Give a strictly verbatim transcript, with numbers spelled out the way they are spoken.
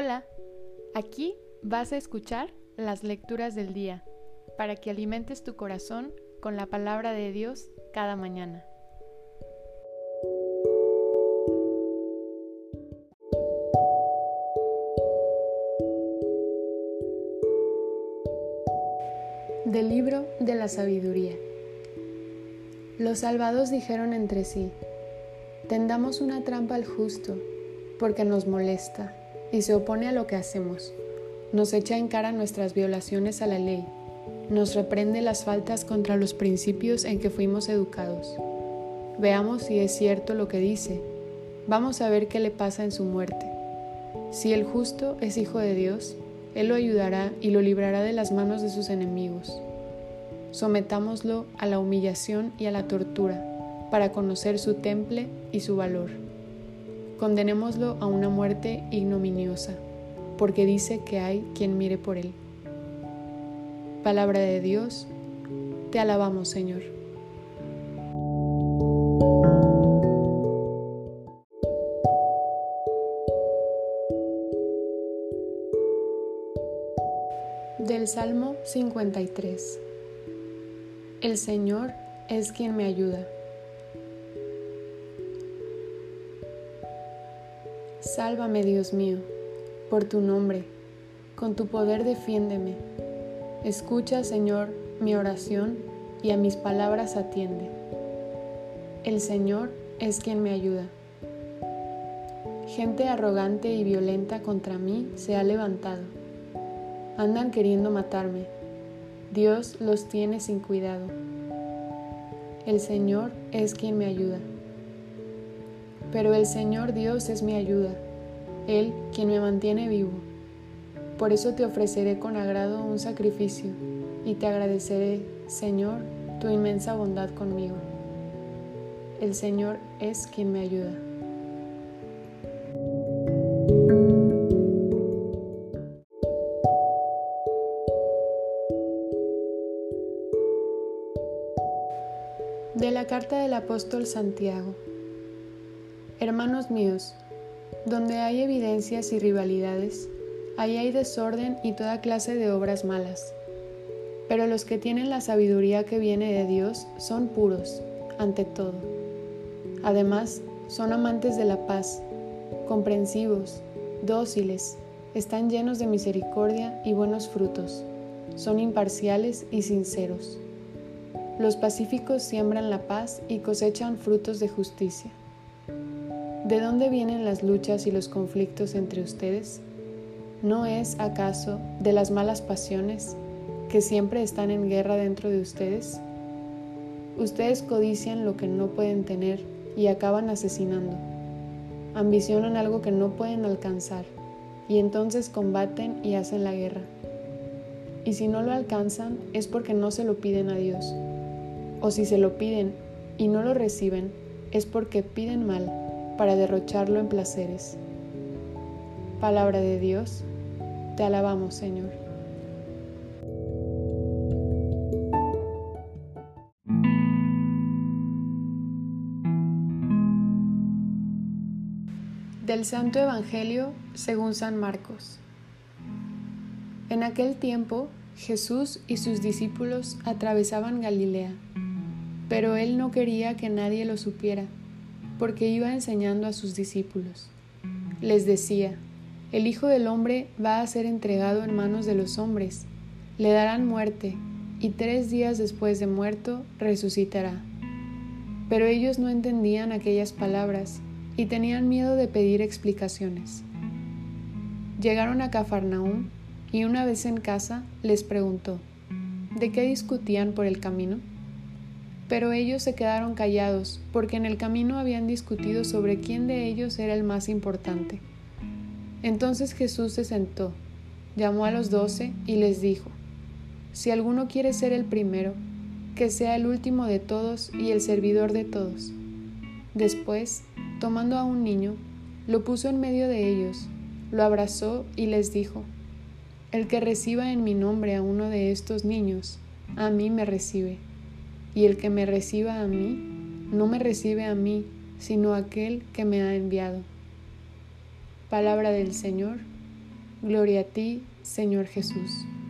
Hola, aquí vas a escuchar las lecturas del día para que alimentes tu corazón con la palabra de Dios cada mañana. Del libro de la sabiduría. Los malvados dijeron entre sí: tendamos una trampa al justo, porque nos molesta y se opone a lo que hacemos. Nos echa en cara nuestras violaciones a la ley, nos reprende las faltas contra los principios en que fuimos educados. Veamos si es cierto lo que dice. Vamos a ver qué le pasa en su muerte. Si el justo es hijo de Dios, Él lo ayudará y lo librará de las manos de sus enemigos. Sometámoslo a la humillación y a la tortura, para conocer su temple y su valor. Condenémoslo a una muerte ignominiosa, porque dice que hay quien mire por él. Palabra de Dios, te alabamos, Señor. Del Salmo cincuenta y tres. El Señor es quien me ayuda. Sálvame, Dios mío, por tu nombre, con tu poder defiéndeme. Escucha, Señor, mi oración y a mis palabras atiende. El Señor es quien me ayuda. Gente arrogante y violenta contra mí se ha levantado. Andan queriendo matarme. Dios los tiene sin cuidado. El Señor es quien me ayuda. Pero el Señor Dios es mi ayuda, Él quien me mantiene vivo. Por eso te ofreceré con agrado un sacrificio y te agradeceré, Señor, tu inmensa bondad conmigo. El Señor es quien me ayuda. De la carta del apóstol Santiago. Hermanos míos, donde hay evidencias y rivalidades, ahí hay desorden y toda clase de obras malas. Pero los que tienen la sabiduría que viene de Dios son puros, ante todo. Además, son amantes de la paz, comprensivos, dóciles, están llenos de misericordia y buenos frutos, son imparciales y sinceros. Los pacíficos siembran la paz y cosechan frutos de justicia. ¿De dónde vienen las luchas y los conflictos entre ustedes? ¿No es, acaso, de las malas pasiones que siempre están en guerra dentro de ustedes? Ustedes codician lo que no pueden tener y acaban asesinando. Ambicionan algo que no pueden alcanzar y entonces combaten y hacen la guerra. Y si no lo alcanzan es porque no se lo piden a Dios. O si se lo piden y no lo reciben es porque piden mal, para derrocharlo en placeres. Palabra de Dios, te alabamos, Señor. Del Santo Evangelio según San Marcos. En aquel tiempo, Jesús y sus discípulos atravesaban Galilea, pero él no quería que nadie lo supiera, porque iba enseñando a sus discípulos. Les decía: el Hijo del Hombre va a ser entregado en manos de los hombres, le darán muerte, y tres días después de muerto resucitará. Pero ellos no entendían aquellas palabras y tenían miedo de pedir explicaciones. Llegaron a Cafarnaúm y una vez en casa les preguntó: ¿de qué discutían por el camino? Pero ellos se quedaron callados, porque en el camino habían discutido sobre quién de ellos era el más importante. Entonces Jesús se sentó, llamó a los doce y les dijo: si alguno quiere ser el primero, que sea el último de todos y el servidor de todos. Después, tomando a un niño, lo puso en medio de ellos, lo abrazó y les dijo: el que reciba en mi nombre a uno de estos niños, a mí me recibe. Y el que me reciba a mí, no me recibe a mí, sino a aquel que me ha enviado. Palabra del Señor, Gloria a ti, Señor Jesús.